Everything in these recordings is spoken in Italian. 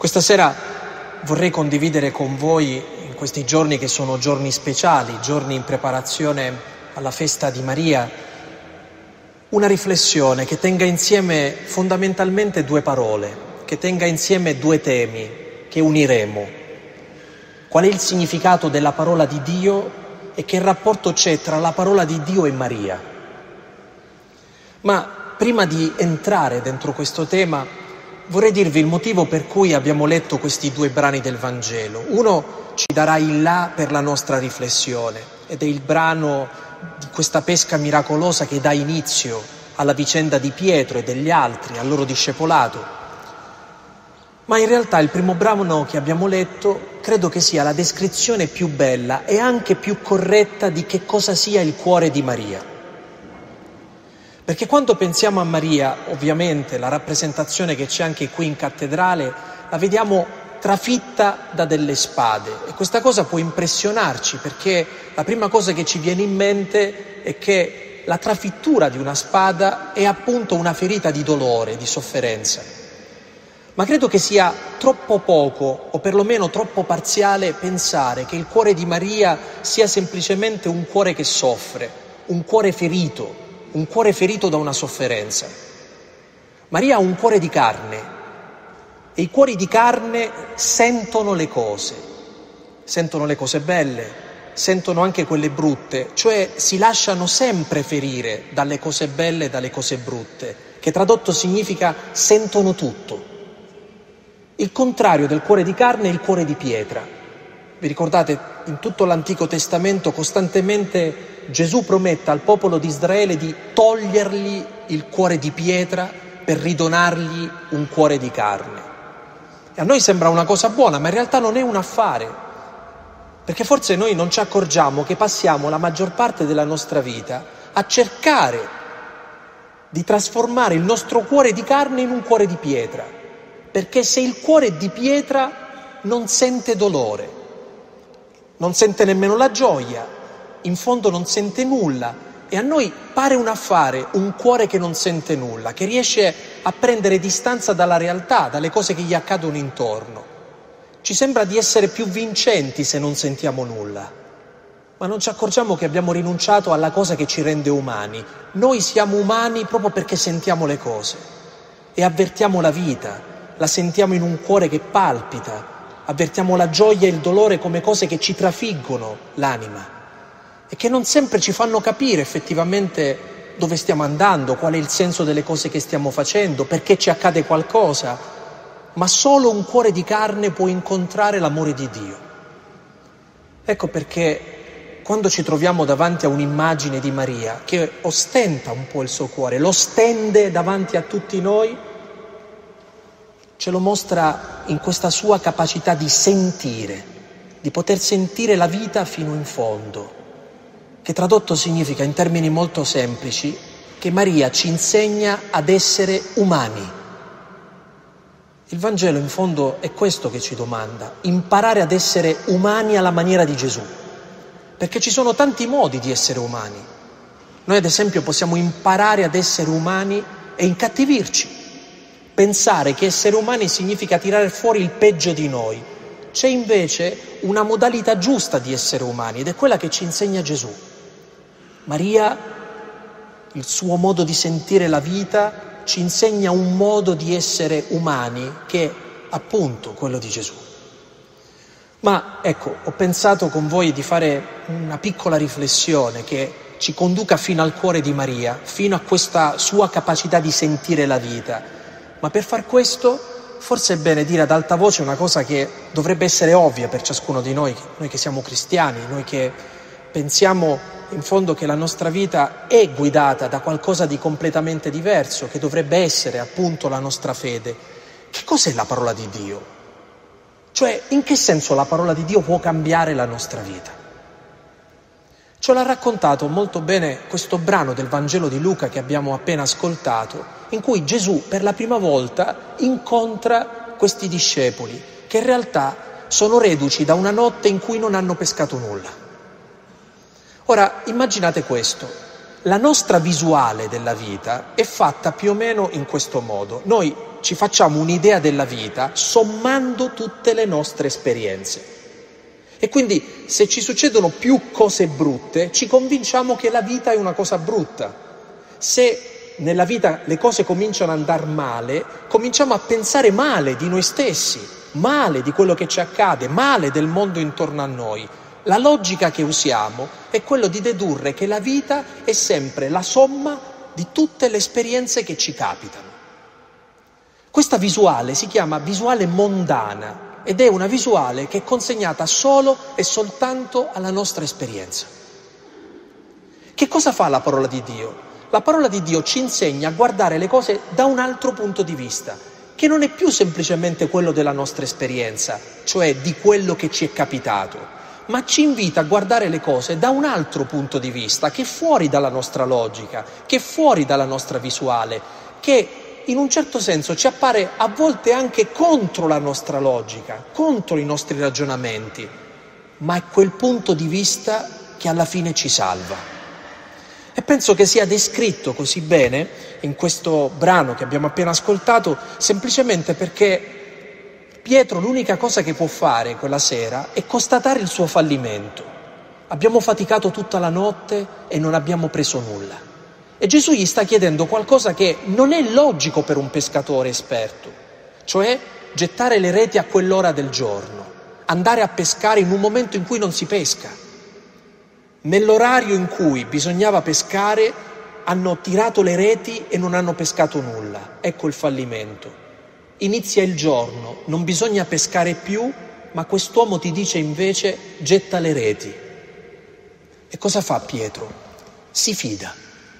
Questa sera vorrei condividere con voi, in questi giorni che sono giorni speciali, giorni in preparazione alla festa di Maria, una riflessione che tenga insieme fondamentalmente due parole, che tenga insieme due temi che uniremo. Qual è il significato della parola di Dio e che rapporto c'è tra la parola di Dio e Maria? Ma prima di entrare dentro questo tema, vorrei dirvi il motivo per cui abbiamo letto questi due brani del Vangelo. Uno ci darà il là per la nostra riflessione ed è il brano di questa pesca miracolosa che dà inizio alla vicenda di Pietro e degli altri, al loro discepolato. Ma in realtà il primo brano che abbiamo letto credo che sia la descrizione più bella e anche più corretta di che cosa sia il cuore di Maria. Perché quando pensiamo a Maria, ovviamente la rappresentazione che c'è anche qui in cattedrale, la vediamo trafitta da delle spade e questa cosa può impressionarci perché la prima cosa che ci viene in mente è che la trafittura di una spada è appunto una ferita di dolore, di sofferenza. Ma credo che sia troppo poco o perlomeno troppo parziale pensare che il cuore di Maria sia semplicemente un cuore che soffre, un cuore ferito da una sofferenza. Maria ha un cuore di carne e i cuori di carne sentono le cose belle, sentono anche quelle brutte, cioè si lasciano sempre ferire dalle cose belle e dalle cose brutte, che tradotto significa sentono tutto. Il contrario del cuore di carne è il cuore di pietra. Vi ricordate, in tutto l'Antico Testamento costantemente Gesù promette al popolo di Israele di togliergli il cuore di pietra per ridonargli un cuore di carne. E a noi sembra una cosa buona, ma in realtà non è un affare, perché forse noi non ci accorgiamo che passiamo la maggior parte della nostra vita a cercare di trasformare il nostro cuore di carne in un cuore di pietra, perché se il cuore è di pietra non sente dolore, non sente nemmeno la gioia, in fondo non sente nulla e a noi pare un affare, un cuore che non sente nulla, che riesce a prendere distanza dalla realtà, dalle cose che gli accadono intorno. Ci sembra di essere più vincenti se non sentiamo nulla, ma non ci accorgiamo che abbiamo rinunciato alla cosa che ci rende umani. Noi siamo umani proprio perché sentiamo le cose e avvertiamo la vita, la sentiamo in un cuore che palpita, avvertiamo la gioia e il dolore come cose che ci trafiggono l'anima e che non sempre ci fanno capire effettivamente dove stiamo andando, qual è il senso delle cose che stiamo facendo, perché ci accade qualcosa, ma solo un cuore di carne può incontrare l'amore di Dio. Ecco perché quando ci troviamo davanti a un'immagine di Maria che ostenta un po' il suo cuore, lo stende davanti a tutti noi, ce lo mostra in questa sua capacità di sentire, di poter sentire la vita fino in fondo, che tradotto significa in termini molto semplici che Maria ci insegna ad essere umani. Il Vangelo in fondo è questo che ci domanda, imparare ad essere umani alla maniera di Gesù, perché ci sono tanti modi di essere umani. Noi ad esempio possiamo imparare ad essere umani e incattivirci, pensare che essere umani significa tirare fuori il peggio di noi. C'è invece una modalità giusta di essere umani ed è quella che ci insegna Gesù. Maria, il suo modo di sentire la vita, ci insegna un modo di essere umani che è appunto quello di Gesù. Ma ecco, ho pensato con voi di fare una piccola riflessione che ci conduca fino al cuore di Maria, fino a questa sua capacità di sentire la vita. Ma per far questo forse è bene dire ad alta voce una cosa che dovrebbe essere ovvia per ciascuno di noi che siamo cristiani, noi che pensiamo in fondo che la nostra vita è guidata da qualcosa di completamente diverso, che dovrebbe essere appunto la nostra fede. Che cos'è la parola di Dio? Cioè, in che senso la parola di Dio può cambiare la nostra vita? Ce l'ha raccontato molto bene questo brano del Vangelo di Luca che abbiamo appena ascoltato, in cui Gesù per la prima volta incontra questi discepoli, che in realtà sono reduci da una notte in cui non hanno pescato nulla. Ora, immaginate questo, la nostra visuale della vita è fatta più o meno in questo modo. Noi ci facciamo un'idea della vita sommando tutte le nostre esperienze. E quindi se ci succedono più cose brutte, ci convinciamo che la vita è una cosa brutta. Se nella vita le cose cominciano ad andare male, cominciamo a pensare male di noi stessi, male di quello che ci accade, male del mondo intorno a noi. La logica che usiamo è quello di dedurre che la vita è sempre la somma di tutte le esperienze che ci capitano. Questa visuale si chiama visuale mondana ed è una visuale che è consegnata solo e soltanto alla nostra esperienza. Che cosa fa la parola di Dio? La parola di Dio ci insegna a guardare le cose da un altro punto di vista, che non è più semplicemente quello della nostra esperienza, cioè di quello che ci è capitato, ma ci invita a guardare le cose da un altro punto di vista, che è fuori dalla nostra logica, che è fuori dalla nostra visuale, che in un certo senso ci appare a volte anche contro la nostra logica, contro i nostri ragionamenti, ma è quel punto di vista che alla fine ci salva. E penso che sia descritto così bene in questo brano che abbiamo appena ascoltato, semplicemente perché Pietro l'unica cosa che può fare quella sera è constatare il suo fallimento. Abbiamo faticato tutta la notte e non abbiamo preso nulla. E Gesù gli sta chiedendo qualcosa che non è logico per un pescatore esperto, cioè gettare le reti a quell'ora del giorno, andare a pescare in un momento in cui non si pesca. Nell'orario in cui bisognava pescare hanno tirato le reti e non hanno pescato nulla. Ecco il fallimento. Inizia il giorno, non bisogna pescare più, ma quest'uomo ti dice invece getta le reti. E cosa fa Pietro? Si fida.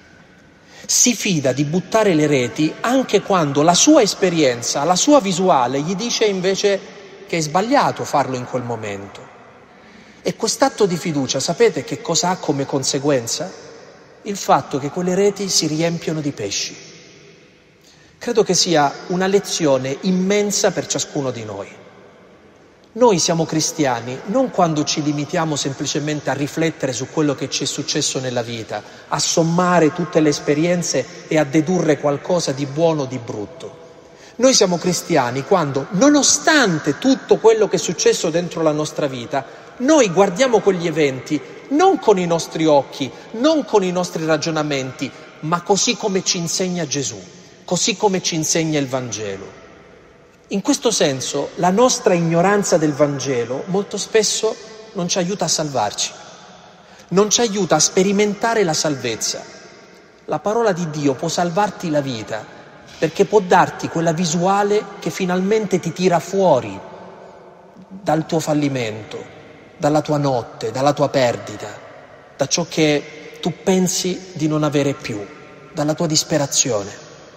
Si fida di buttare le reti anche quando la sua esperienza, la sua visuale gli dice invece che è sbagliato farlo in quel momento. E quest'atto di fiducia, sapete che cosa ha come conseguenza? Il fatto che quelle reti si riempiono di pesci. Credo che sia una lezione immensa per ciascuno di noi. Noi siamo cristiani non quando ci limitiamo semplicemente a riflettere su quello che ci è successo nella vita, a sommare tutte le esperienze e a dedurre qualcosa di buono o di brutto. Noi siamo cristiani quando, nonostante tutto quello che è successo dentro la nostra vita, noi guardiamo quegli eventi non con i nostri occhi, non con i nostri ragionamenti, ma così come ci insegna Gesù, così come ci insegna il Vangelo. In questo senso la nostra ignoranza del Vangelo molto spesso non ci aiuta a salvarci, non ci aiuta a sperimentare la salvezza. La parola di Dio può salvarti la vita perché può darti quella visuale che finalmente ti tira fuori dal tuo fallimento, dalla tua notte, dalla tua perdita, da ciò che tu pensi di non avere più, dalla tua disperazione.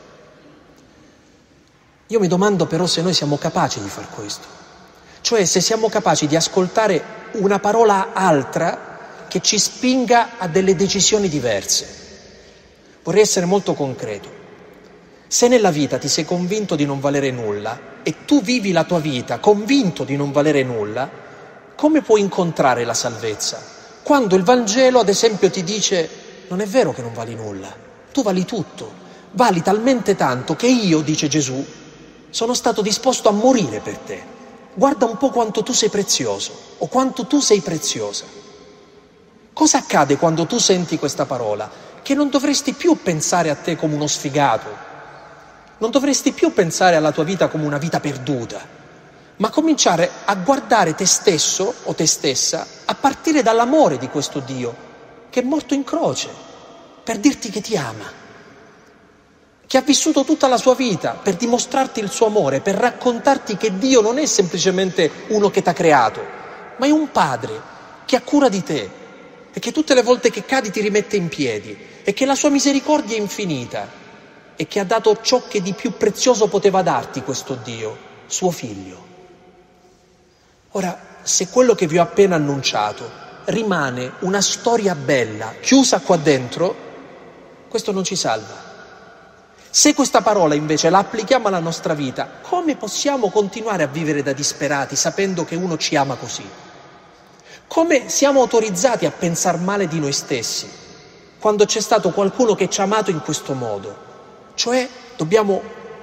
Io mi domando però se noi siamo capaci di far questo, cioè se siamo capaci di ascoltare una parola altra che ci spinga a delle decisioni diverse. Vorrei essere molto concreto. Se nella vita ti sei convinto di non valere nulla e tu vivi la tua vita convinto di non valere nulla, come puoi incontrare la salvezza? Quando il Vangelo, ad esempio, ti dice non è vero che non vali nulla, tu vali tutto, vali talmente tanto che io, dice Gesù, sono stato disposto a morire per te. Guarda un po' quanto tu sei prezioso o quanto tu sei preziosa. Cosa accade quando tu senti questa parola? Che non dovresti più pensare a te come uno sfigato, non dovresti più pensare alla tua vita come una vita perduta, ma cominciare a guardare te stesso o te stessa a partire dall'amore di questo Dio che è morto in croce per dirti che ti ama, che ha vissuto tutta la sua vita per dimostrarti il suo amore, per raccontarti che Dio non è semplicemente uno che ti ha creato, ma è un padre che ha cura di te e che tutte le volte che cadi ti rimette in piedi e che la sua misericordia è infinita e che ha dato ciò che di più prezioso poteva darti questo Dio, suo figlio. Ora, se quello che vi ho appena annunciato rimane una storia bella, chiusa qua dentro, questo non ci salva. Se questa parola invece la applichiamo alla nostra vita, come possiamo continuare a vivere da disperati sapendo che uno ci ama così? Come siamo autorizzati a pensare male di noi stessi quando c'è stato qualcuno che ci ha amato in questo modo? Cioè dobbiamo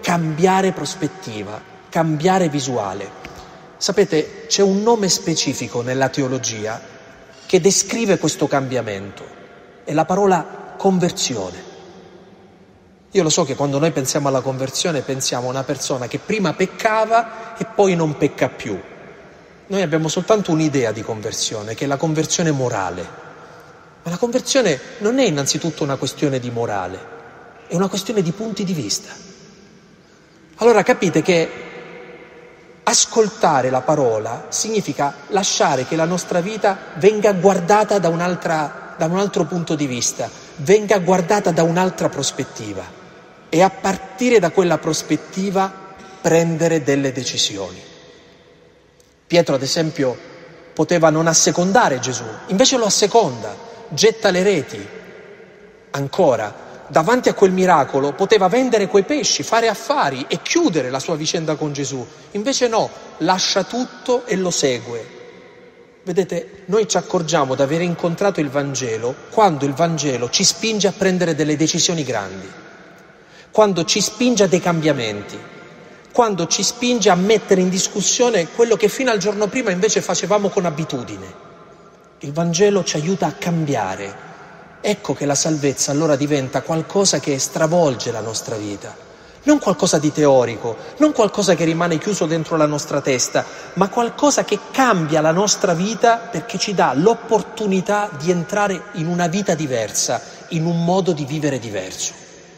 cambiare prospettiva, cambiare visuale. Sapete, c'è un nome specifico nella teologia che descrive questo cambiamento, è la parola conversione. Io lo so che quando noi pensiamo alla conversione pensiamo a una persona che prima peccava e poi non pecca più. Noi abbiamo soltanto un'idea di conversione, che è la conversione morale. Ma la conversione non è innanzitutto una questione di morale, è una questione di punti di vista. Allora capite che ascoltare la parola significa lasciare che la nostra vita venga guardata da un altro punto di vista, venga guardata da un'altra prospettiva e a partire da quella prospettiva prendere delle decisioni. Pietro, ad esempio, poteva non assecondare Gesù, invece lo asseconda, getta le reti. Ancora, davanti a quel miracolo poteva vendere quei pesci, fare affari e chiudere la sua vicenda con Gesù. Invece no, lascia tutto e lo segue. Vedete, noi ci accorgiamo di aver incontrato il Vangelo quando il Vangelo ci spinge a prendere delle decisioni grandi, quando ci spinge a dei cambiamenti, quando ci spinge a mettere in discussione quello che fino al giorno prima invece facevamo con abitudine. Il Vangelo ci aiuta a cambiare. Ecco che la salvezza allora diventa qualcosa che stravolge la nostra vita, non qualcosa di teorico, non qualcosa che rimane chiuso dentro la nostra testa, ma qualcosa che cambia la nostra vita perché ci dà l'opportunità di entrare in una vita diversa, in un modo di vivere diverso.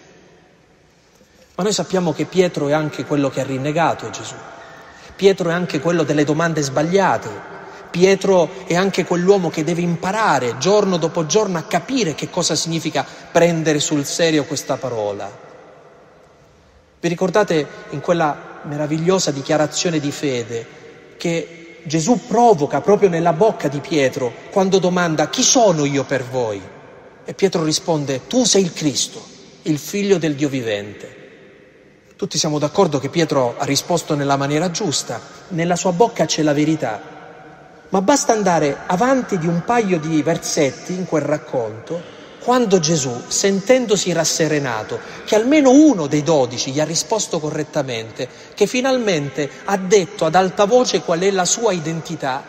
Ma noi sappiamo che Pietro è anche quello che ha rinnegato Gesù. Pietro è anche quello delle domande sbagliate. Pietro è anche quell'uomo che deve imparare giorno dopo giorno a capire che cosa significa prendere sul serio questa parola. Vi ricordate in quella meravigliosa dichiarazione di fede che Gesù provoca proprio nella bocca di Pietro quando domanda: chi sono io per voi? E Pietro risponde: tu sei il Cristo, il Figlio del Dio vivente. Tutti siamo d'accordo che Pietro ha risposto nella maniera giusta, nella sua bocca c'è la verità, ma basta andare avanti di un paio di versetti in quel racconto, quando Gesù, sentendosi rasserenato, che almeno uno dei 12 gli ha risposto correttamente, che finalmente ha detto ad alta voce qual è la sua identità,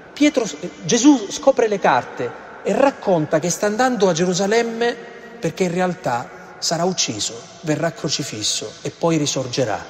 Gesù scopre le carte e racconta che sta andando a Gerusalemme perché in realtà sarà ucciso, verrà crocifisso e poi risorgerà.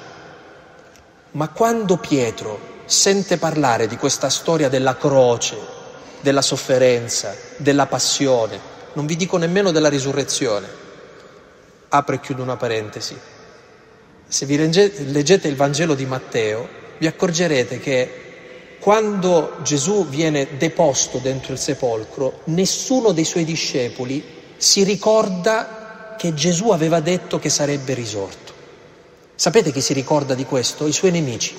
Ma quando Pietro sente parlare di questa storia della croce, della sofferenza, della passione, non vi dico nemmeno della risurrezione, apro e chiudo una parentesi. Se vi leggete il Vangelo di Matteo, vi accorgerete che quando Gesù viene deposto dentro il sepolcro, nessuno dei suoi discepoli si ricorda che Gesù aveva detto che sarebbe risorto. Sapete chi si ricorda di questo? I suoi nemici.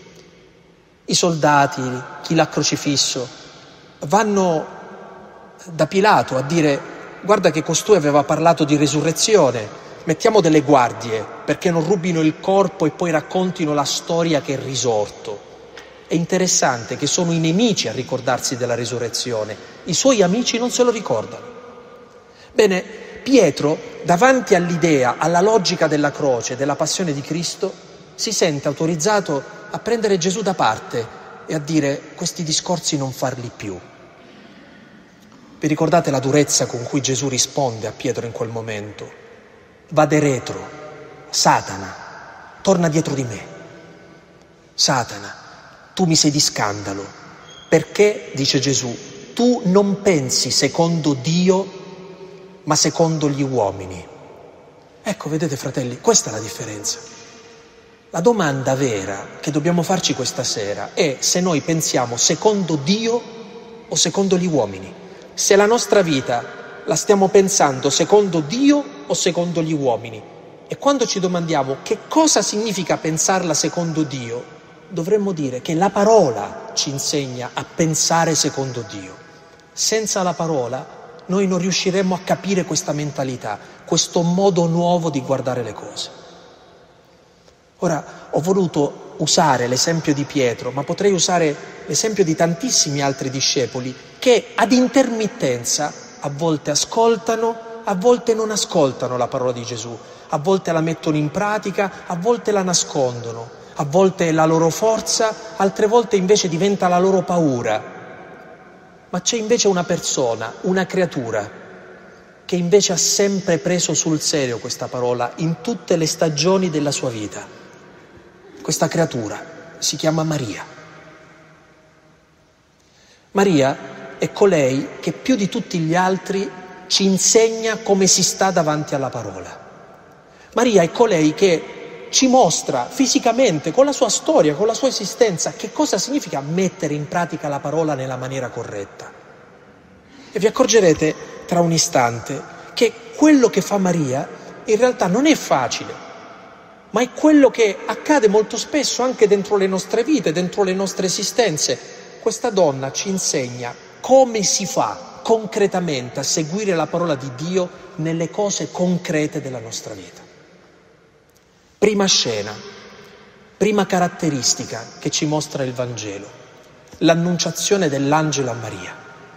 I soldati, chi l'ha crocifisso, vanno da Pilato a dire: guarda che costui aveva parlato di risurrezione, mettiamo delle guardie perché non rubino il corpo e poi raccontino la storia che è risorto. È interessante che sono i nemici a ricordarsi della risurrezione, i suoi amici non se lo ricordano. Bene, Pietro, davanti all'idea, alla logica della croce, della passione di Cristo, si sente autorizzato a prendere Gesù da parte e a dire: questi discorsi non farli più. Vi ricordate la durezza con cui Gesù risponde a Pietro in quel momento? Vade retro, Satana, torna dietro di me. Satana, tu mi sei di scandalo, perché, dice Gesù, tu non pensi secondo Dio, ma secondo gli uomini. Ecco, vedete fratelli, questa è la differenza. La domanda vera che dobbiamo farci questa sera è se noi pensiamo secondo Dio o secondo gli uomini. Se la nostra vita la stiamo pensando secondo Dio o secondo gli uomini. E quando ci domandiamo che cosa significa pensarla secondo Dio, dovremmo dire che la parola ci insegna a pensare secondo Dio. Senza la parola noi non riusciremo a capire questa mentalità, questo modo nuovo di guardare le cose. Ora, ho voluto usare l'esempio di Pietro, ma potrei usare l'esempio di tantissimi altri discepoli che ad intermittenza a volte ascoltano, a volte non ascoltano la parola di Gesù, a volte la mettono in pratica, a volte la nascondono, a volte è la loro forza, altre volte invece diventa la loro paura. Ma c'è invece una persona, una creatura, che invece ha sempre preso sul serio questa parola in tutte le stagioni della sua vita. Questa creatura si chiama Maria. Maria è colei che più di tutti gli altri ci insegna come si sta davanti alla parola. Maria è colei che ci mostra fisicamente, con la sua storia, con la sua esistenza, che cosa significa mettere in pratica la parola nella maniera corretta. E vi accorgerete tra un istante che quello che fa Maria in realtà non è facile, ma è quello che accade molto spesso anche dentro le nostre vite, dentro le nostre esistenze. Questa donna ci insegna come si fa concretamente a seguire la parola di Dio nelle cose concrete della nostra vita. Prima scena, prima caratteristica che ci mostra il Vangelo, l'annunciazione dell'angelo a Maria.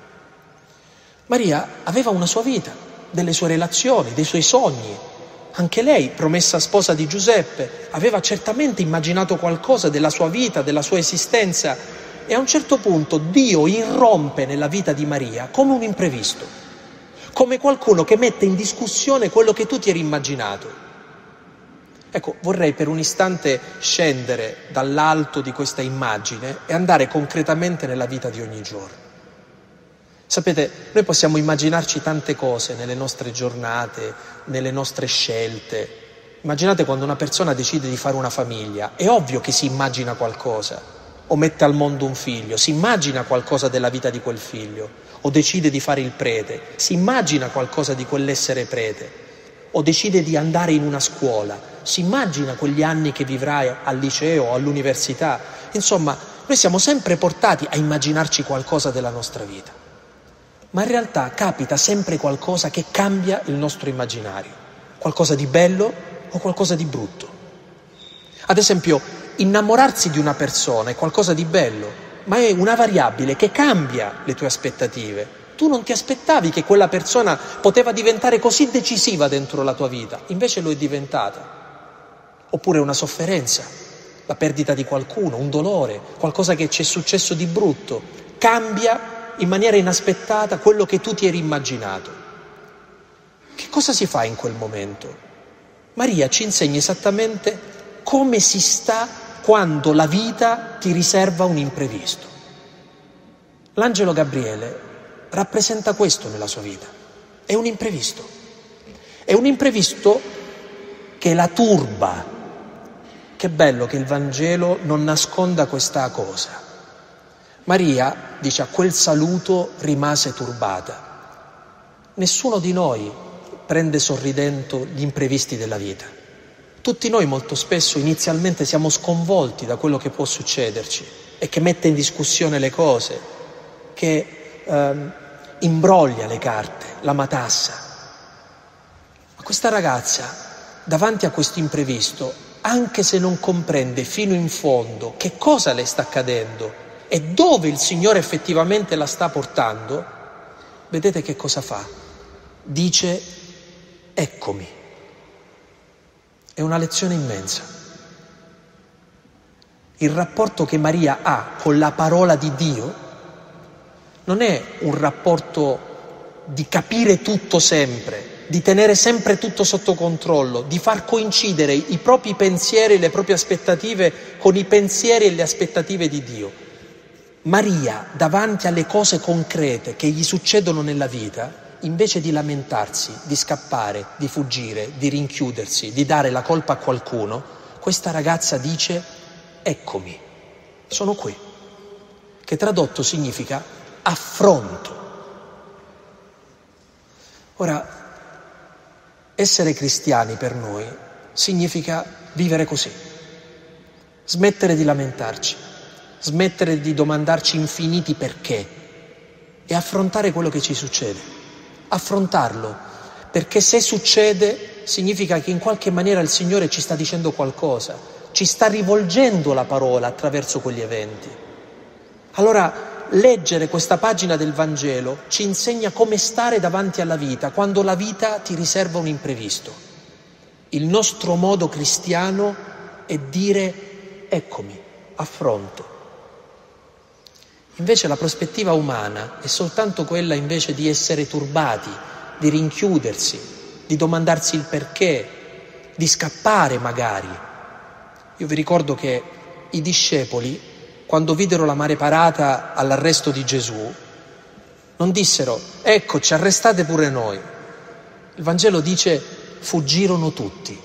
Maria aveva una sua vita, delle sue relazioni, dei suoi sogni. Anche lei, promessa sposa di Giuseppe, aveva certamente immaginato qualcosa della sua vita, della sua esistenza, e a un certo punto Dio irrompe nella vita di Maria come un imprevisto, come qualcuno che mette in discussione quello che tu ti eri immaginato. Ecco, vorrei per un istante scendere dall'alto di questa immagine e andare concretamente nella vita di ogni giorno. Sapete, noi possiamo immaginarci tante cose nelle nostre giornate, nelle nostre scelte. Immaginate quando una persona decide di fare una famiglia, è ovvio che si immagina qualcosa, o mette al mondo un figlio, si immagina qualcosa della vita di quel figlio, o decide di fare il prete, si immagina qualcosa di quell'essere prete, o decide di andare in una scuola, si immagina quegli anni che vivrà al liceo o all'università. Insomma, noi siamo sempre portati a immaginarci qualcosa della nostra vita. Ma in realtà capita sempre qualcosa che cambia il nostro immaginario, qualcosa di bello o qualcosa di brutto. Ad esempio, innamorarsi di una persona è qualcosa di bello, ma è una variabile che cambia le tue aspettative. Tu non ti aspettavi che quella persona poteva diventare così decisiva dentro la tua vita, invece lo è diventata. Oppure una sofferenza, la perdita di qualcuno, un dolore, qualcosa che ci è successo di brutto, cambia in maniera inaspettata quello che tu ti eri immaginato. Che cosa si fa in quel momento? Maria ci insegna esattamente come si sta quando la vita ti riserva un imprevisto. L'angelo Gabriele rappresenta questo nella sua vita. È un imprevisto. È un imprevisto che la turba. Che bello che il Vangelo non nasconda questa cosa. Maria, dice, a quel saluto rimase turbata. Nessuno di noi prende sorridendo gli imprevisti della vita. Tutti noi molto spesso inizialmente siamo sconvolti da quello che può succederci e che mette in discussione le cose, che imbroglia le carte, la matassa. Ma questa ragazza, davanti a questo imprevisto, anche se non comprende fino in fondo che cosa le sta accadendo e dove il Signore effettivamente la sta portando, vedete che cosa fa? Dice: eccomi. È una lezione immensa. Il rapporto che Maria ha con la parola di Dio non è un rapporto di capire tutto sempre, di tenere sempre tutto sotto controllo, di far coincidere i propri pensieri e le proprie aspettative con i pensieri e le aspettative di Dio. Maria, davanti alle cose concrete che gli succedono nella vita, invece di lamentarsi, di scappare, di fuggire, di rinchiudersi, di dare la colpa a qualcuno, questa ragazza dice: eccomi, sono qui, che tradotto significa affronto. Ora, essere cristiani per noi significa vivere così, smettere di lamentarci, smettere di domandarci infiniti perché e affrontare quello che ci succede. Affrontarlo, perché se succede significa che in qualche maniera il Signore ci sta dicendo qualcosa, ci sta rivolgendo la parola attraverso quegli eventi. Allora, leggere questa pagina del Vangelo ci insegna come stare davanti alla vita quando la vita ti riserva un imprevisto. Il nostro modo cristiano è dire eccomi, affronto. Invece la prospettiva umana è soltanto quella invece di essere turbati, di rinchiudersi, di domandarsi il perché, di scappare magari. Io vi ricordo che i discepoli, quando videro la mare parata all'arresto di Gesù, non dissero ecco, ci arrestate pure noi. Il Vangelo dice fuggirono tutti.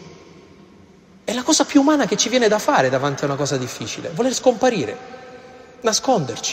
È la cosa più umana che ci viene da fare davanti a una cosa difficile, voler scomparire, nasconderci.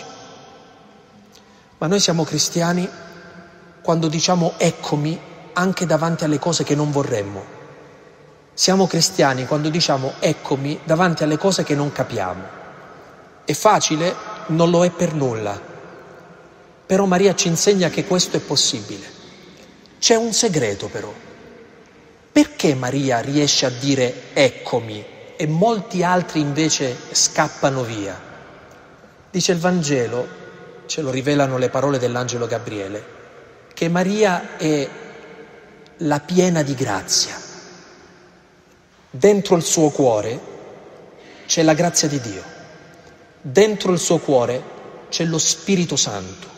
Ma noi siamo cristiani quando diciamo eccomi anche davanti alle cose che non vorremmo. Siamo cristiani quando diciamo eccomi davanti alle cose che non capiamo. È facile? Non lo è per nulla. Però Maria ci insegna che questo è possibile. C'è un segreto però. Perché Maria riesce a dire eccomi e molti altri invece scappano via? Dice il Vangelo, ce lo rivelano le parole dell'angelo Gabriele, che Maria è la piena di grazia. Dentro il suo cuore c'è la grazia di Dio. Dentro il suo cuore c'è lo Spirito Santo.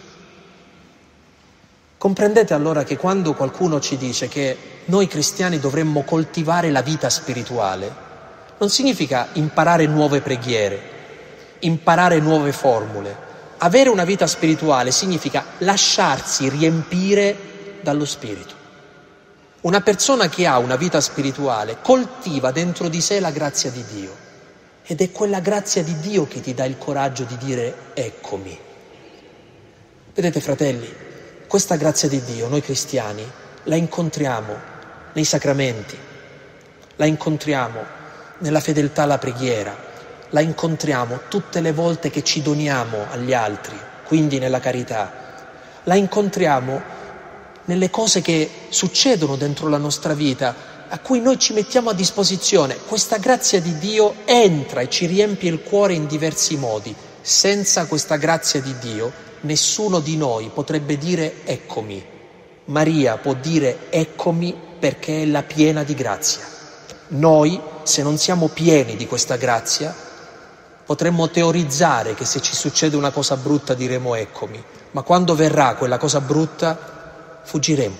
Comprendete allora che quando qualcuno ci dice che noi cristiani dovremmo coltivare la vita spirituale, non significa imparare nuove preghiere, imparare nuove formule. Avere una vita spirituale significa lasciarsi riempire dallo Spirito. Una persona che ha una vita spirituale coltiva dentro di sé la grazia di Dio ed è quella grazia di Dio che ti dà il coraggio di dire eccomi. Vedete fratelli, questa grazia di Dio noi cristiani la incontriamo nei sacramenti, la incontriamo nella fedeltà alla preghiera, la incontriamo tutte le volte che ci doniamo agli altri, quindi nella carità. La incontriamo nelle cose che succedono dentro la nostra vita, a cui noi ci mettiamo a disposizione. Questa grazia di Dio entra e ci riempie il cuore in diversi modi. Senza questa grazia di Dio, nessuno di noi potrebbe dire eccomi. Maria può dire eccomi perché è la piena di grazia. Noi, se non siamo pieni di questa grazia, potremmo teorizzare che se ci succede una cosa brutta diremo eccomi, ma quando verrà quella cosa brutta fuggiremo.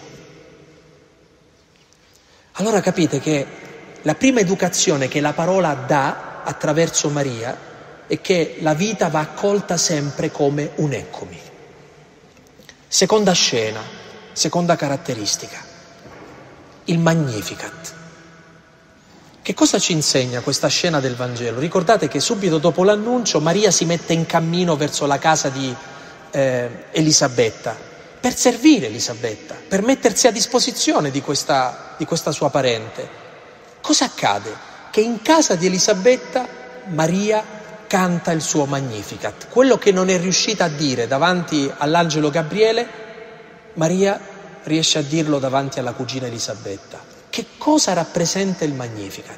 Allora capite che la prima educazione che la parola dà attraverso Maria è che la vita va accolta sempre come un eccomi. Seconda scena, seconda caratteristica, il Magnificat. Che cosa ci insegna questa scena del Vangelo? Ricordate che subito dopo l'annuncio Maria si mette in cammino verso la casa di Elisabetta per servire Elisabetta, per mettersi a disposizione di questa sua parente. Cosa accade? Che in casa di Elisabetta Maria canta il suo Magnificat. Quello che non è riuscita a dire davanti all'angelo Gabriele, Maria riesce a dirlo davanti alla cugina Elisabetta. Che cosa rappresenta il Magnificat?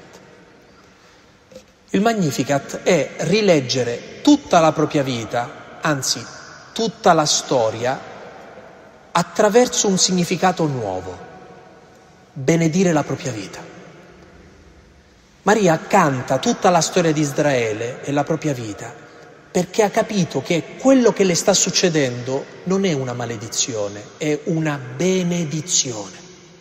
Il Magnificat è rileggere tutta la propria vita, anzi tutta la storia, attraverso un significato nuovo, benedire la propria vita. Maria canta tutta la storia di Israele e la propria vita perché ha capito che quello che le sta succedendo non è una maledizione, è una benedizione.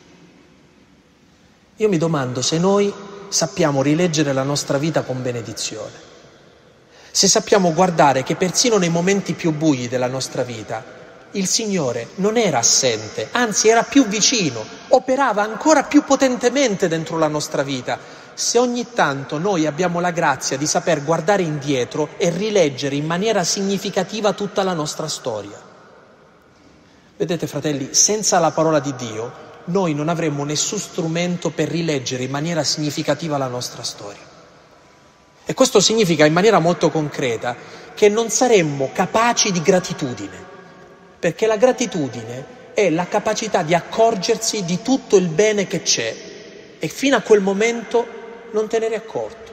Io mi domando se noi sappiamo rileggere la nostra vita con benedizione, se sappiamo guardare che persino nei momenti più bui della nostra vita il Signore non era assente, anzi era più vicino, operava ancora più potentemente dentro la nostra vita, se ogni tanto noi abbiamo la grazia di saper guardare indietro e rileggere in maniera significativa tutta la nostra storia. Vedete fratelli, senza la parola di Dio noi non avremmo nessun strumento per rileggere in maniera significativa la nostra storia. E questo significa in maniera molto concreta che non saremmo capaci di gratitudine, perché la gratitudine è la capacità di accorgersi di tutto il bene che c'è e fino a quel momento non te ne eri accorto.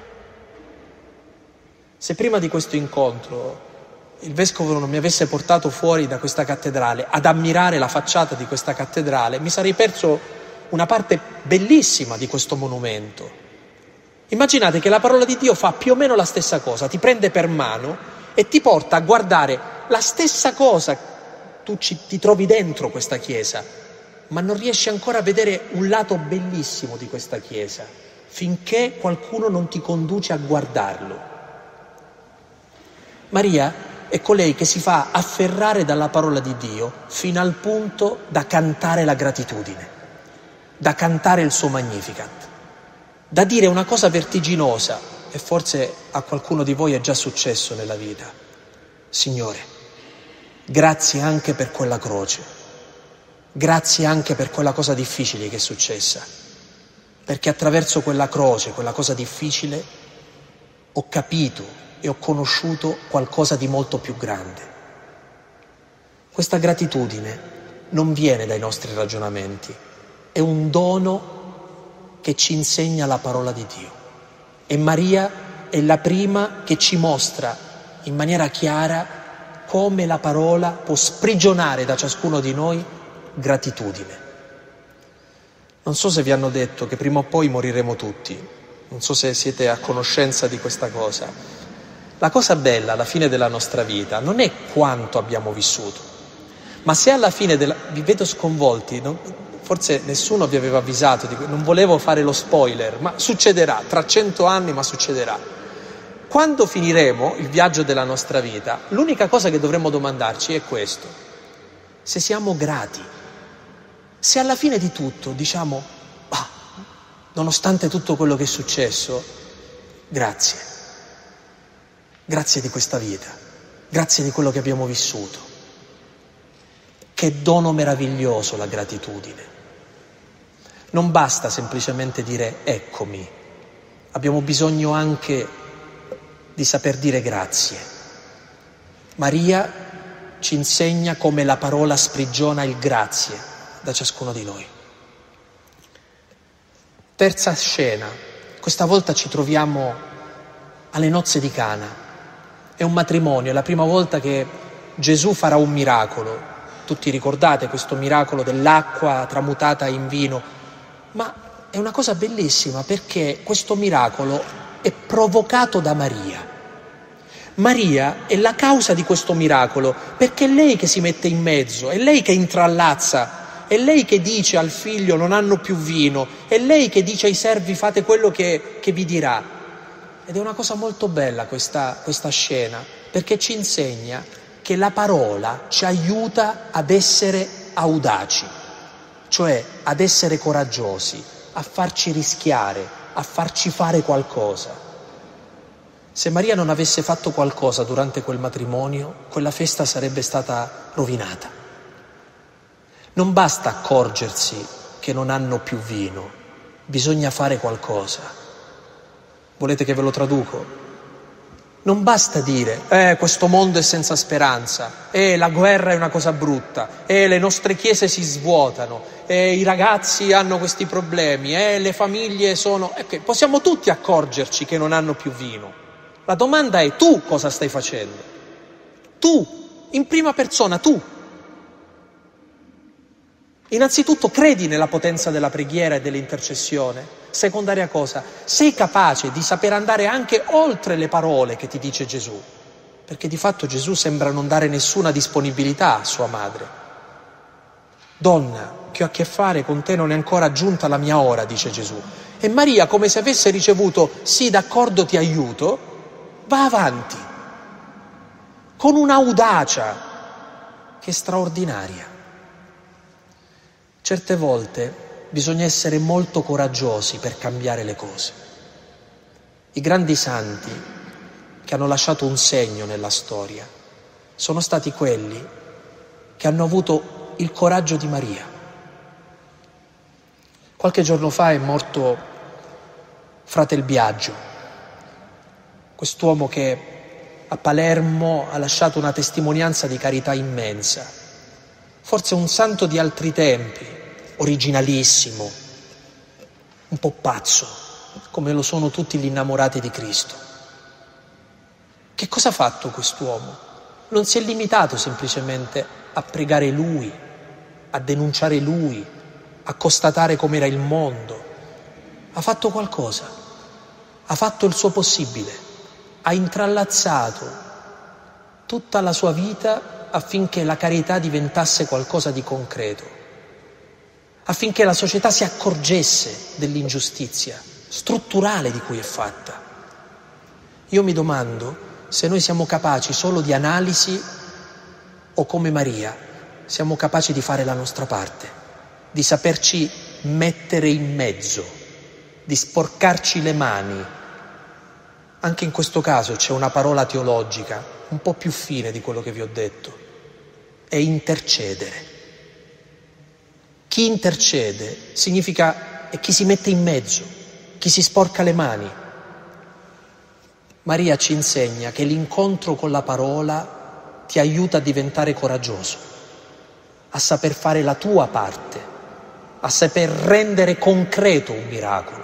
Se prima di questo incontro il vescovo non mi avesse portato fuori da questa cattedrale ad ammirare la facciata di questa cattedrale, mi sarei perso una parte bellissima di questo monumento. Immaginate che la parola di Dio fa più o meno la stessa cosa, ti prende per mano e ti porta a guardare la stessa cosa. Tu ti trovi dentro questa chiesa, ma non riesci ancora a vedere un lato bellissimo di questa chiesa, finché qualcuno non ti conduce a guardarlo. Maria è colei che si fa afferrare dalla parola di Dio fino al punto da cantare la gratitudine, da cantare il suo Magnificat, da dire una cosa vertiginosa, e forse a qualcuno di voi è già successo nella vita: Signore, grazie anche per quella croce, grazie anche per quella cosa difficile che è successa, perché attraverso quella croce, quella cosa difficile, ho capito e ho conosciuto qualcosa di molto più grande. Questa gratitudine non viene dai nostri ragionamenti, è un dono che ci insegna la parola di Dio. E Maria è la prima che ci mostra in maniera chiara come la parola può sprigionare da ciascuno di noi gratitudine. Non so se vi hanno detto che prima o poi moriremo tutti, non so se siete a conoscenza di questa cosa. La cosa bella alla fine della nostra vita non è quanto abbiamo vissuto, ma se alla fine vi vedo sconvolti, forse nessuno vi aveva avvisato, non volevo fare lo spoiler, ma succederà, tra 100 anni, ma succederà. Quando finiremo il viaggio della nostra vita, l'unica cosa che dovremmo domandarci è questo: se siamo grati, se alla fine di tutto diciamo, nonostante tutto quello che è successo, grazie. Grazie di questa vita, grazie di quello che abbiamo vissuto. Che dono meraviglioso la gratitudine. Non basta semplicemente dire eccomi, abbiamo bisogno anche di saper dire grazie. Maria ci insegna come la parola sprigiona il grazie da ciascuno di noi. Terza scena, questa volta ci troviamo alle nozze di Cana. È un matrimonio, è la prima volta che Gesù farà un miracolo. Tutti ricordate questo miracolo dell'acqua tramutata in vino, ma è una cosa bellissima perché questo miracolo è provocato da Maria. Maria è la causa di questo miracolo perché è lei che si mette in mezzo, è lei che intrallazza, è lei che dice al figlio non hanno più vino, è lei che dice ai servi fate quello che vi dirà. Ed è una cosa molto bella questa scena, perché ci insegna che la parola ci aiuta ad essere audaci, cioè ad essere coraggiosi, a farci rischiare, a farci fare qualcosa. Se Maria non avesse fatto qualcosa durante quel matrimonio, quella festa sarebbe stata rovinata. Non basta accorgersi che non hanno più vino, bisogna fare qualcosa. Volete che ve lo traduco? Non basta dire, questo mondo è senza speranza, la guerra è una cosa brutta, le nostre chiese si svuotano, i ragazzi hanno questi problemi, le famiglie sono... possiamo tutti accorgerci che non hanno più vino. La domanda è: tu cosa stai facendo? Tu, in prima persona, tu. Innanzitutto credi nella potenza della preghiera e dell'intercessione. Secondaria cosa, sei capace di saper andare anche oltre le parole che ti dice Gesù, perché di fatto Gesù sembra non dare nessuna disponibilità a sua madre. Donna, che ho a che fare con te, non è ancora giunta la mia ora, dice Gesù. E Maria, come se avesse ricevuto sì, d'accordo, ti aiuto, va avanti con un'audacia che è straordinaria. Certe volte bisogna essere molto coraggiosi per cambiare le cose. I grandi santi che hanno lasciato un segno nella storia sono stati quelli che hanno avuto il coraggio di Maria. Qualche giorno fa è morto Fratel Biagio, quest'uomo che a Palermo ha lasciato una testimonianza di carità immensa, forse un santo di altri tempi, originalissimo, un po' pazzo, come lo sono tutti gli innamorati di Cristo. Che cosa ha fatto quest'uomo? Non si è limitato semplicemente a pregare Lui, a denunciare Lui, a constatare com'era il mondo. Ha fatto qualcosa, ha fatto il suo possibile, ha intrallazzato tutta la sua vita affinché la carità diventasse qualcosa di concreto, affinché la società si accorgesse dell'ingiustizia strutturale di cui è fatta. Io mi domando se noi siamo capaci solo di analisi o, come Maria, siamo capaci di fare la nostra parte, di saperci mettere in mezzo, di sporcarci le mani. Anche in questo caso c'è una parola teologica un po' più fine di quello che vi ho detto: è intercedere. Chi intercede significa è chi si mette in mezzo, chi si sporca le mani. Maria ci insegna che l'incontro con la parola ti aiuta a diventare coraggioso, a saper fare la tua parte, a saper rendere concreto un miracolo.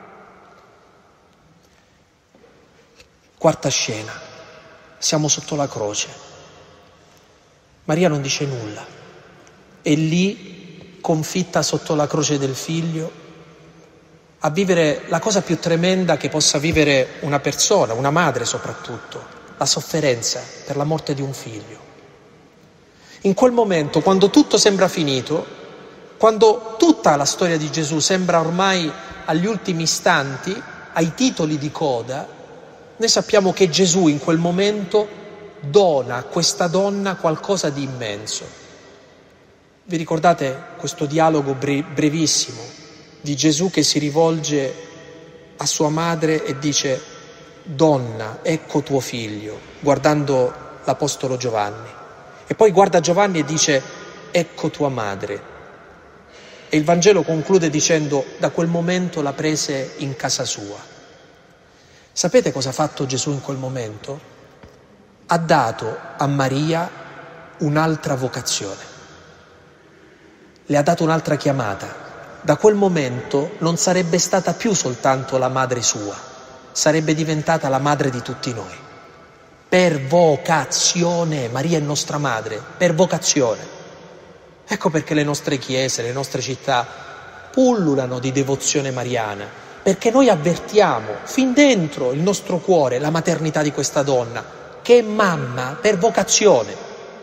Quarta scena, siamo sotto la croce. Maria non dice nulla, è lì confitta sotto la croce del figlio, a vivere la cosa più tremenda che possa vivere una persona, una madre soprattutto, la sofferenza per la morte di un figlio. In quel momento, quando tutto sembra finito, quando tutta la storia di Gesù sembra ormai agli ultimi istanti, ai titoli di coda, noi sappiamo che Gesù in quel momento dona a questa donna qualcosa di immenso. Vi ricordate questo dialogo brevissimo di Gesù che si rivolge a sua madre e dice: «Donna, ecco tuo figlio», guardando l'Apostolo Giovanni. E poi guarda Giovanni e dice: «Ecco tua madre». E il Vangelo conclude dicendo: da quel momento la prese in casa sua. Sapete cosa ha fatto Gesù in quel momento? Ha dato a Maria un'altra vocazione. Le ha dato un'altra chiamata. Da quel momento non sarebbe stata più soltanto la madre sua, sarebbe diventata la madre di tutti noi. Per vocazione, Maria è nostra madre, per vocazione. Ecco perché le nostre chiese, le nostre città pullulano di devozione mariana, perché noi avvertiamo fin dentro il nostro cuore la maternità di questa donna, che è mamma per vocazione.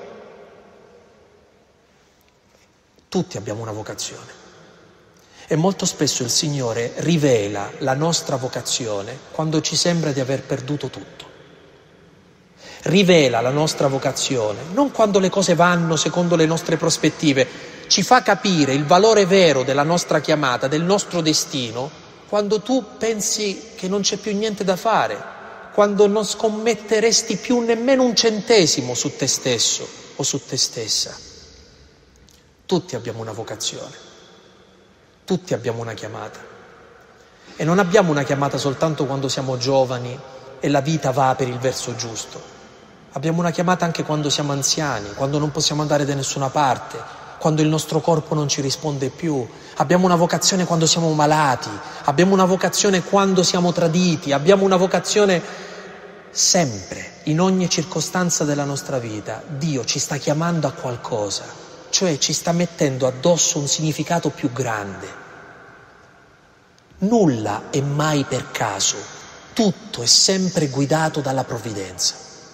Tutti abbiamo una vocazione. E molto spesso il Signore rivela la nostra vocazione quando ci sembra di aver perduto tutto. Rivela la nostra vocazione non quando le cose vanno secondo le nostre prospettive, ci fa capire il valore vero della nostra chiamata, del nostro destino, quando tu pensi che non c'è più niente da fare, quando non scommetteresti più nemmeno un centesimo su te stesso o su te stessa. Tutti abbiamo una vocazione. Tutti abbiamo una chiamata e non abbiamo una chiamata soltanto quando siamo giovani e la vita va per il verso giusto. Abbiamo una chiamata anche quando siamo anziani, quando non possiamo andare da nessuna parte, quando il nostro corpo non ci risponde più. Abbiamo una vocazione quando siamo malati, abbiamo una vocazione quando siamo traditi, abbiamo una vocazione sempre, in ogni circostanza della nostra vita. Dio ci sta chiamando a qualcosa, cioè ci sta mettendo addosso un significato più grande. Nulla è mai per caso, tutto è sempre guidato dalla provvidenza.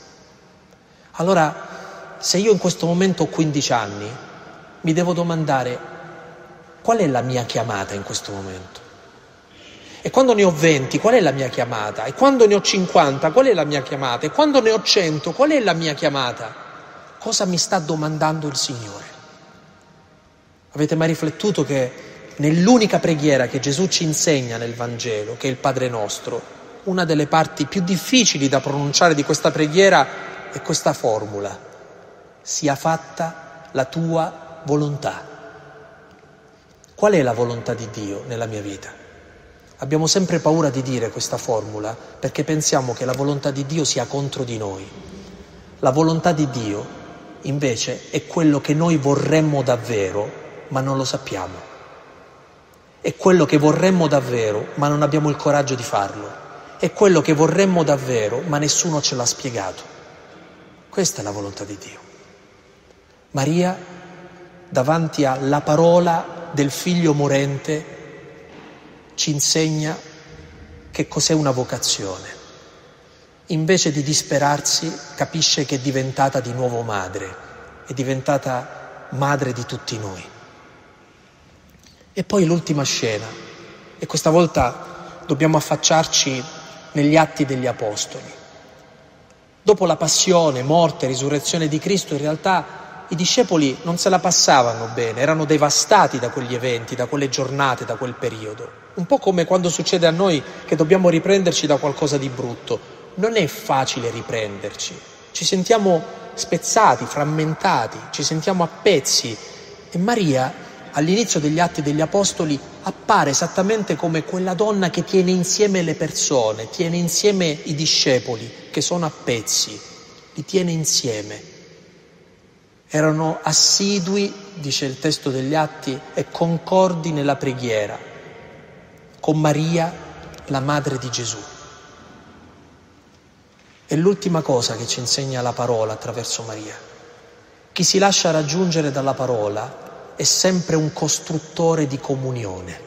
Allora, se io in questo momento ho 15 anni, mi devo domandare: qual è la mia chiamata in questo momento? E quando ne ho 20, qual è la mia chiamata? E quando ne ho 50, qual è la mia chiamata? E quando ne ho 100, qual è la mia chiamata? Cosa mi sta domandando il Signore? Avete mai riflettuto che nell'unica preghiera che Gesù ci insegna nel Vangelo, che è il Padre Nostro, una delle parti più difficili da pronunciare di questa preghiera è questa formula: sia fatta la tua volontà. Qual è la volontà di Dio nella mia vita? Abbiamo sempre paura di dire questa formula perché pensiamo che la volontà di Dio sia contro di noi. La volontà di Dio invece è quello che noi vorremmo davvero, ma non lo sappiamo. È quello che vorremmo davvero, ma non abbiamo il coraggio di farlo. È quello che vorremmo davvero, ma nessuno ce l'ha spiegato. Questa è la volontà di Dio. Maria, davanti alla parola del figlio morente ci insegna che cos'è una vocazione. Invece di disperarsi, capisce che è diventata di nuovo madre, è diventata madre di tutti noi. E poi l'ultima scena, e questa volta dobbiamo affacciarci negli Atti degli Apostoli. Dopo la passione, morte e risurrezione di Cristo, in realtà i discepoli non se la passavano bene, erano devastati da quegli eventi, da quelle giornate, da quel periodo. Un po' come quando succede a noi che dobbiamo riprenderci da qualcosa di brutto. Non è facile riprenderci, ci sentiamo spezzati, frammentati, ci sentiamo a pezzi. E Maria, all'inizio degli Atti degli Apostoli, appare esattamente come quella donna che tiene insieme le persone, tiene insieme i discepoli che sono a pezzi, li tiene insieme. Erano assidui, dice il testo degli Atti, e concordi nella preghiera, con Maria, la madre di Gesù. È l'ultima cosa che ci insegna la parola attraverso Maria. Chi si lascia raggiungere dalla parola è sempre un costruttore di comunione.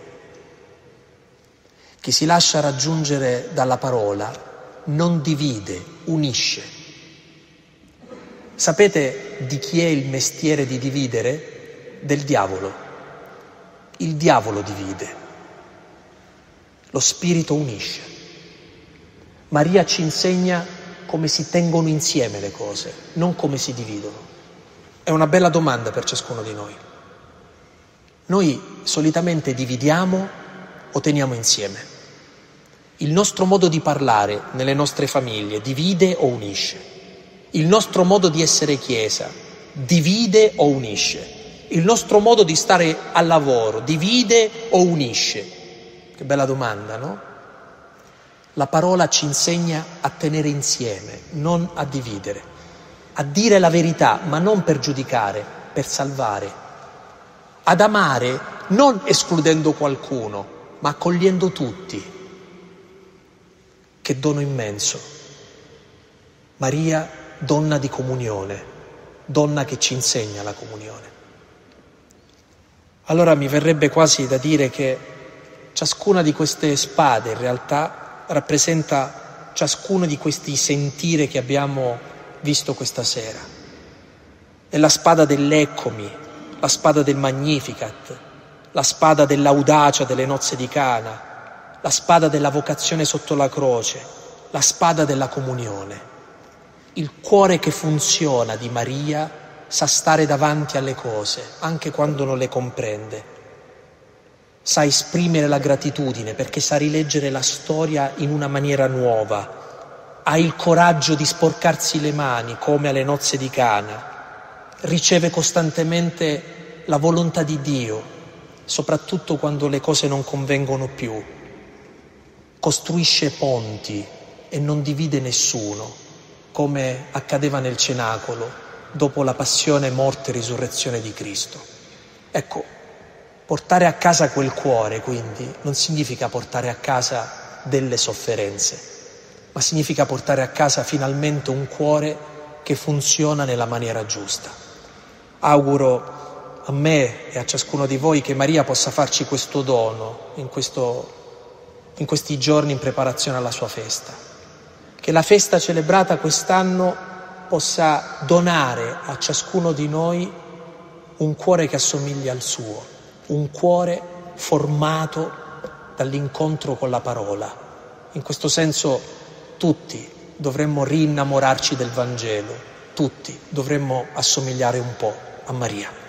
Chi si lascia raggiungere dalla parola non divide, unisce. Sapete di chi è il mestiere di dividere? Del diavolo. Il diavolo divide. Lo Spirito unisce. Maria ci insegna come si tengono insieme le cose, non come si dividono. È una bella domanda per ciascuno di noi. Noi solitamente dividiamo o teniamo insieme? Il nostro modo di parlare nelle nostre famiglie divide o unisce? Il nostro modo di essere Chiesa divide o unisce? Il nostro modo di stare al lavoro divide o unisce? Che bella domanda, no? La parola ci insegna a tenere insieme, non a dividere, a dire la verità, ma non per giudicare, per salvare. Ad amare non escludendo qualcuno, ma accogliendo tutti. Che dono immenso. Maria, donna di comunione, donna che ci insegna la comunione. Allora mi verrebbe quasi da dire che ciascuna di queste spade in realtà rappresenta ciascuno di questi sentire che abbiamo visto questa sera. È la spada dell'eccomi, la spada del Magnificat, la spada dell'audacia delle nozze di Cana, la spada della vocazione sotto la croce, la spada della comunione. Il cuore che funziona di Maria sa stare davanti alle cose, anche quando non le comprende. Sa esprimere la gratitudine perché sa rileggere la storia in una maniera nuova. Ha il coraggio di sporcarsi le mani come alle nozze di Cana. Riceve costantemente la volontà di Dio, soprattutto quando le cose non convengono più. Costruisce ponti e non divide nessuno, come accadeva nel cenacolo dopo la passione, morte e risurrezione di Cristo. Ecco, portare a casa quel cuore, quindi, non significa portare a casa delle sofferenze, ma significa portare a casa finalmente un cuore che funziona nella maniera giusta. Auguro a me e a ciascuno di voi che Maria possa farci questo dono in questi giorni in preparazione alla sua festa. Che la festa celebrata quest'anno possa donare a ciascuno di noi un cuore che assomiglia al suo, un cuore formato dall'incontro con la parola. In questo senso tutti dovremmo rinnamorarci del Vangelo, tutti dovremmo assomigliare un po' a Maria.